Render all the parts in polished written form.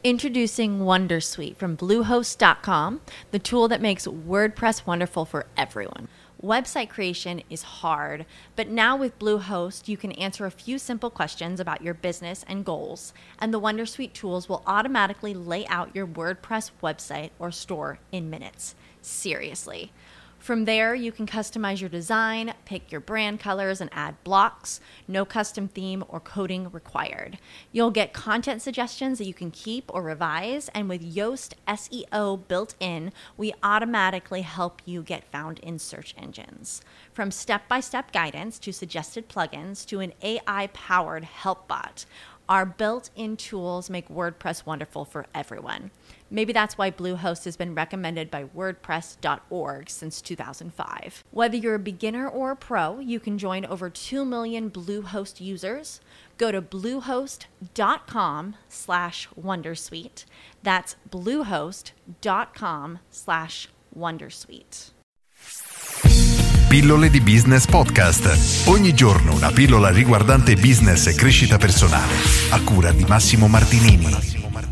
Introducing Wondersuite from Bluehost.com, the tool that makes WordPress wonderful for everyone. Website creation is hard, but now with Bluehost, you can answer a few simple questions about your business and goals, and the Wondersuite tools will automatically lay out your WordPress website or store in minutes. Seriously. From there, you can customize your design, pick your brand colors, and add blocks. No custom theme or coding required. You'll get content suggestions that you can keep or revise, and with Yoast SEO built in, we automatically help you get found in search engines. From step-by-step guidance to suggested plugins to an AI-powered help bot, our built-in tools make WordPress wonderful for everyone. Maybe that's why Bluehost has been recommended by WordPress.org since 2005. Whether you're a beginner or a pro, you can join over 2 million Bluehost users. Go to bluehost.com/wondersuite. That's bluehost.com/wondersuite. Pillole di Business Podcast. Ogni giorno una pillola riguardante business e crescita personale. A cura di Massimo Martinini.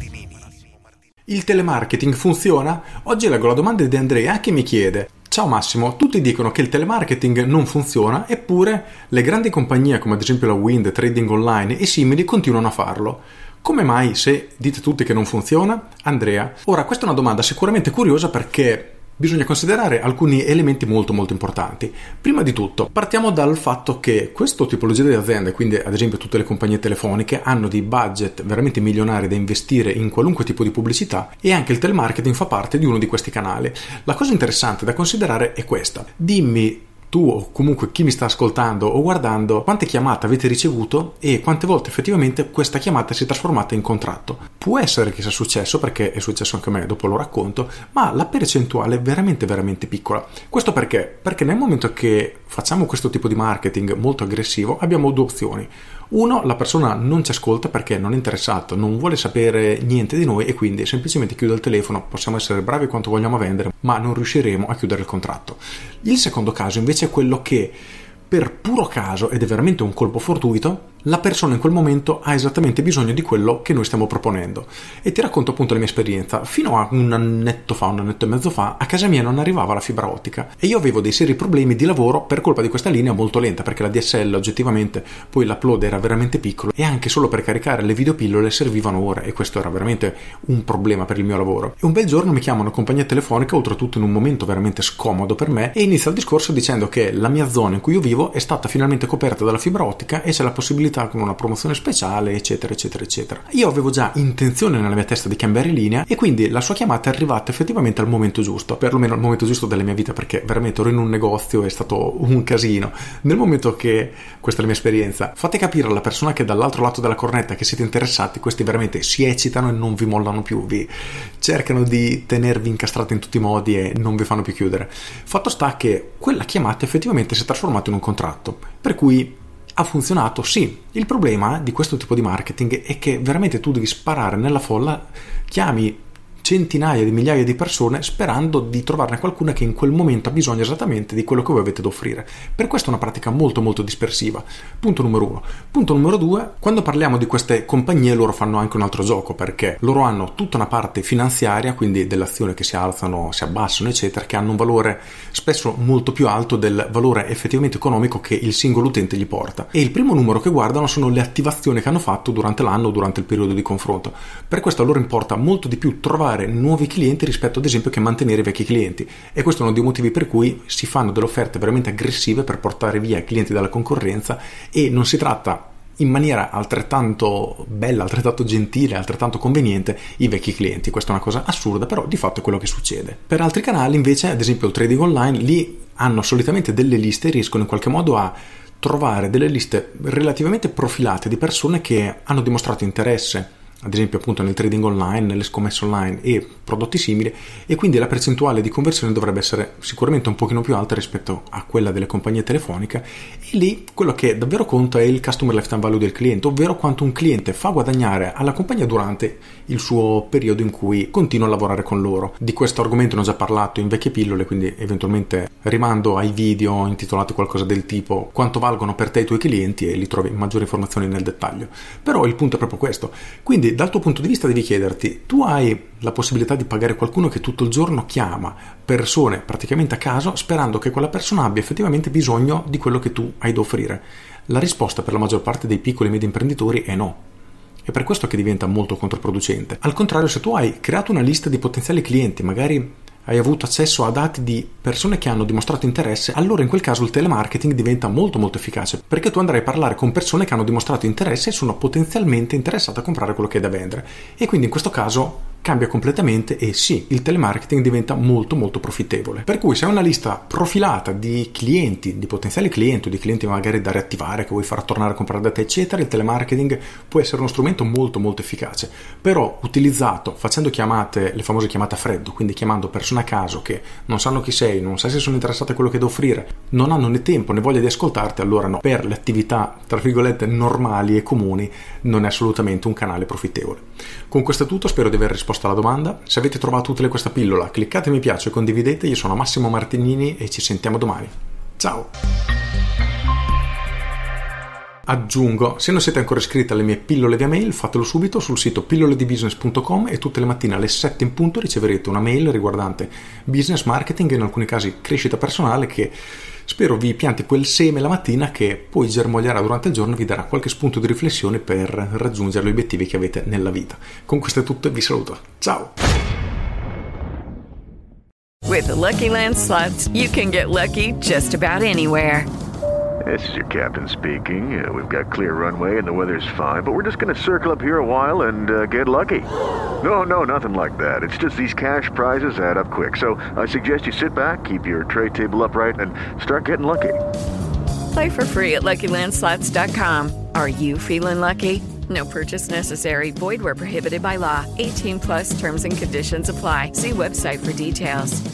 Il telemarketing funziona? Oggi leggo la domanda di Andrea che mi chiede: ciao Massimo, tutti dicono che il telemarketing non funziona, eppure le grandi compagnie come ad esempio la Wind, Trading Online e simili continuano a farlo. Come mai, se dite tutti che non funziona? Andrea, ora questa è una domanda sicuramente curiosa perché bisogna considerare alcuni elementi molto importanti. Prima di tutto, partiamo dal fatto che questo tipologia di aziende, quindi ad esempio tutte le compagnie telefoniche, hanno dei budget veramente milionari da investire in qualunque tipo di pubblicità e anche il telemarketing fa parte di uno di questi canali. La cosa interessante da considerare è questa: dimmi tu o comunque chi mi sta ascoltando o guardando quante chiamate avete ricevuto e quante volte effettivamente questa chiamata si è trasformata in contratto. Può essere che sia successo, perché è successo anche a me, dopo lo racconto, ma la percentuale è veramente piccola. Questo perché? Perché nel momento che facciamo questo tipo di marketing molto aggressivo abbiamo due opzioni. Uno, la persona non ci ascolta perché non è interessato, non vuole sapere niente di noi e quindi semplicemente chiude il telefono. Possiamo essere bravi quanto vogliamo vendere, ma non riusciremo a chiudere il contratto. Il secondo caso invece è quello che, per puro caso, ed è veramente un colpo fortuito, la persona in quel momento ha esattamente bisogno di quello che noi stiamo proponendo. E ti racconto appunto la mia esperienza. Fino a un annetto e mezzo fa, a casa mia non arrivava la fibra ottica e io avevo dei seri problemi di lavoro per colpa di questa linea molto lenta, perché la DSL oggettivamente, poi l'upload era veramente piccolo e anche solo per caricare le videopillole servivano ore, e questo era veramente un problema per il mio lavoro. E un bel giorno mi chiama una compagnia telefonica, oltretutto in un momento veramente scomodo per me, e inizia il discorso dicendo che la mia zona in cui io vivo è stata finalmente coperta dalla fibra ottica e c'è la possibilità con una promozione speciale, eccetera. Io avevo già intenzione nella mia testa di cambiare linea e quindi la sua chiamata è arrivata effettivamente al momento giusto, perlomeno al momento giusto della mia vita, perché veramente ero in un negozio, è stato un casino. Nel momento che, questa è la mia esperienza, fate capire alla persona che è dall'altro lato della cornetta che siete interessati, questi veramente si eccitano e non vi mollano più, vi cercano di tenervi incastrati in tutti i modi e non vi fanno più chiudere. Fatto sta che quella chiamata effettivamente si è trasformata in un contratto, per cui ha funzionato, sì. Il problema di questo tipo di marketing è che veramente tu devi sparare nella folla, chiami centinaia di migliaia di persone sperando di trovarne qualcuna che in quel momento ha bisogno esattamente di quello che voi avete da offrire. Per questo è una pratica molto dispersiva. Punto numero 1. Punto numero 2, quando parliamo di queste compagnie loro fanno anche un altro gioco, perché loro hanno tutta una parte finanziaria, quindi delle azioni che si alzano, si abbassano eccetera, che hanno un valore spesso molto più alto del valore effettivamente economico che il singolo utente gli porta, e il primo numero che guardano sono le attivazioni che hanno fatto durante l'anno o durante il periodo di confronto. Per questo a loro importa molto di più trovare nuovi clienti rispetto ad esempio che mantenere i vecchi clienti, e questo è uno dei motivi per cui si fanno delle offerte veramente aggressive per portare via i clienti dalla concorrenza, e non si tratta in maniera altrettanto bella, altrettanto gentile, altrettanto conveniente i vecchi clienti. Questa è una cosa assurda, però di fatto è quello che succede. Per altri canali invece, ad esempio il trading online, lì hanno solitamente delle liste, riescono in qualche modo a trovare delle liste relativamente profilate di persone che hanno dimostrato interesse ad esempio appunto nel trading online, nelle scommesse online e prodotti simili, e quindi la percentuale di conversione dovrebbe essere sicuramente un pochino più alta rispetto a quella delle compagnie telefoniche. E lì quello che davvero conta è il customer lifetime value del cliente, ovvero quanto un cliente fa guadagnare alla compagnia durante il suo periodo in cui continua a lavorare con loro. Di questo argomento ne ho già parlato in vecchie pillole, quindi eventualmente rimando ai video intitolati qualcosa del tipo quanto valgono per te i tuoi clienti, e lì trovi maggiori informazioni nel dettaglio. Però il punto è proprio questo, quindi Quindi dal tuo punto di vista devi chiederti, tu hai la possibilità di pagare qualcuno che tutto il giorno chiama persone praticamente a caso sperando che quella persona abbia effettivamente bisogno di quello che tu hai da offrire? La risposta per la maggior parte dei piccoli e medi imprenditori è no. È per questo che diventa molto controproducente. Al contrario, se tu hai creato una lista di potenziali clienti, magari hai avuto accesso a dati di persone che hanno dimostrato interesse, allora in quel caso il telemarketing diventa molto molto efficace, perché tu andrai a parlare con persone che hanno dimostrato interesse e sono potenzialmente interessate a comprare quello che hai da vendere, e quindi in questo caso cambia completamente e sì, il telemarketing diventa molto molto profittevole. Per cui se hai una lista profilata di clienti, di potenziali clienti o di clienti magari da riattivare, che vuoi far tornare a comprare da te eccetera, il telemarketing può essere uno strumento molto molto efficace, però utilizzato facendo chiamate, le famose chiamate a freddo, quindi chiamando persone a caso che non sanno chi sei, non sai se sono interessate a quello che da offrire, non hanno né tempo né voglia di ascoltarti, allora no, per le attività tra virgolette normali e comuni non è assolutamente un canale profittevole. Con questo è tutto, spero di aver risposto alla domanda. Se avete trovato utile questa pillola, cliccate mi piace e condividete. Io sono Massimo Martinini e ci sentiamo domani. Ciao! Aggiungo, se non siete ancora iscritti alle mie pillole via mail, fatelo subito sul sito pilloledibusiness.com e tutte le mattine alle 7 in punto riceverete una mail riguardante business, marketing e in alcuni casi crescita personale, che spero vi pianti quel seme la mattina che poi germoglierà durante il giorno e vi darà qualche spunto di riflessione per raggiungere gli obiettivi che avete nella vita. Con questo è tutto e vi saluto. Ciao! With the Lucky Land Slots, you can get lucky just about anywhere. This is your captain speaking. We've got clear runway and the weather's fine, but we're just going to circle up here a while and get lucky. No, nothing like that. It's just these cash prizes add up quick. So I suggest you sit back, keep your tray table upright, and start getting lucky. Play for free at LuckyLandSlots.com. Are you feeling lucky? No purchase necessary. Void where prohibited by law. 18+ terms and conditions apply. See website for details.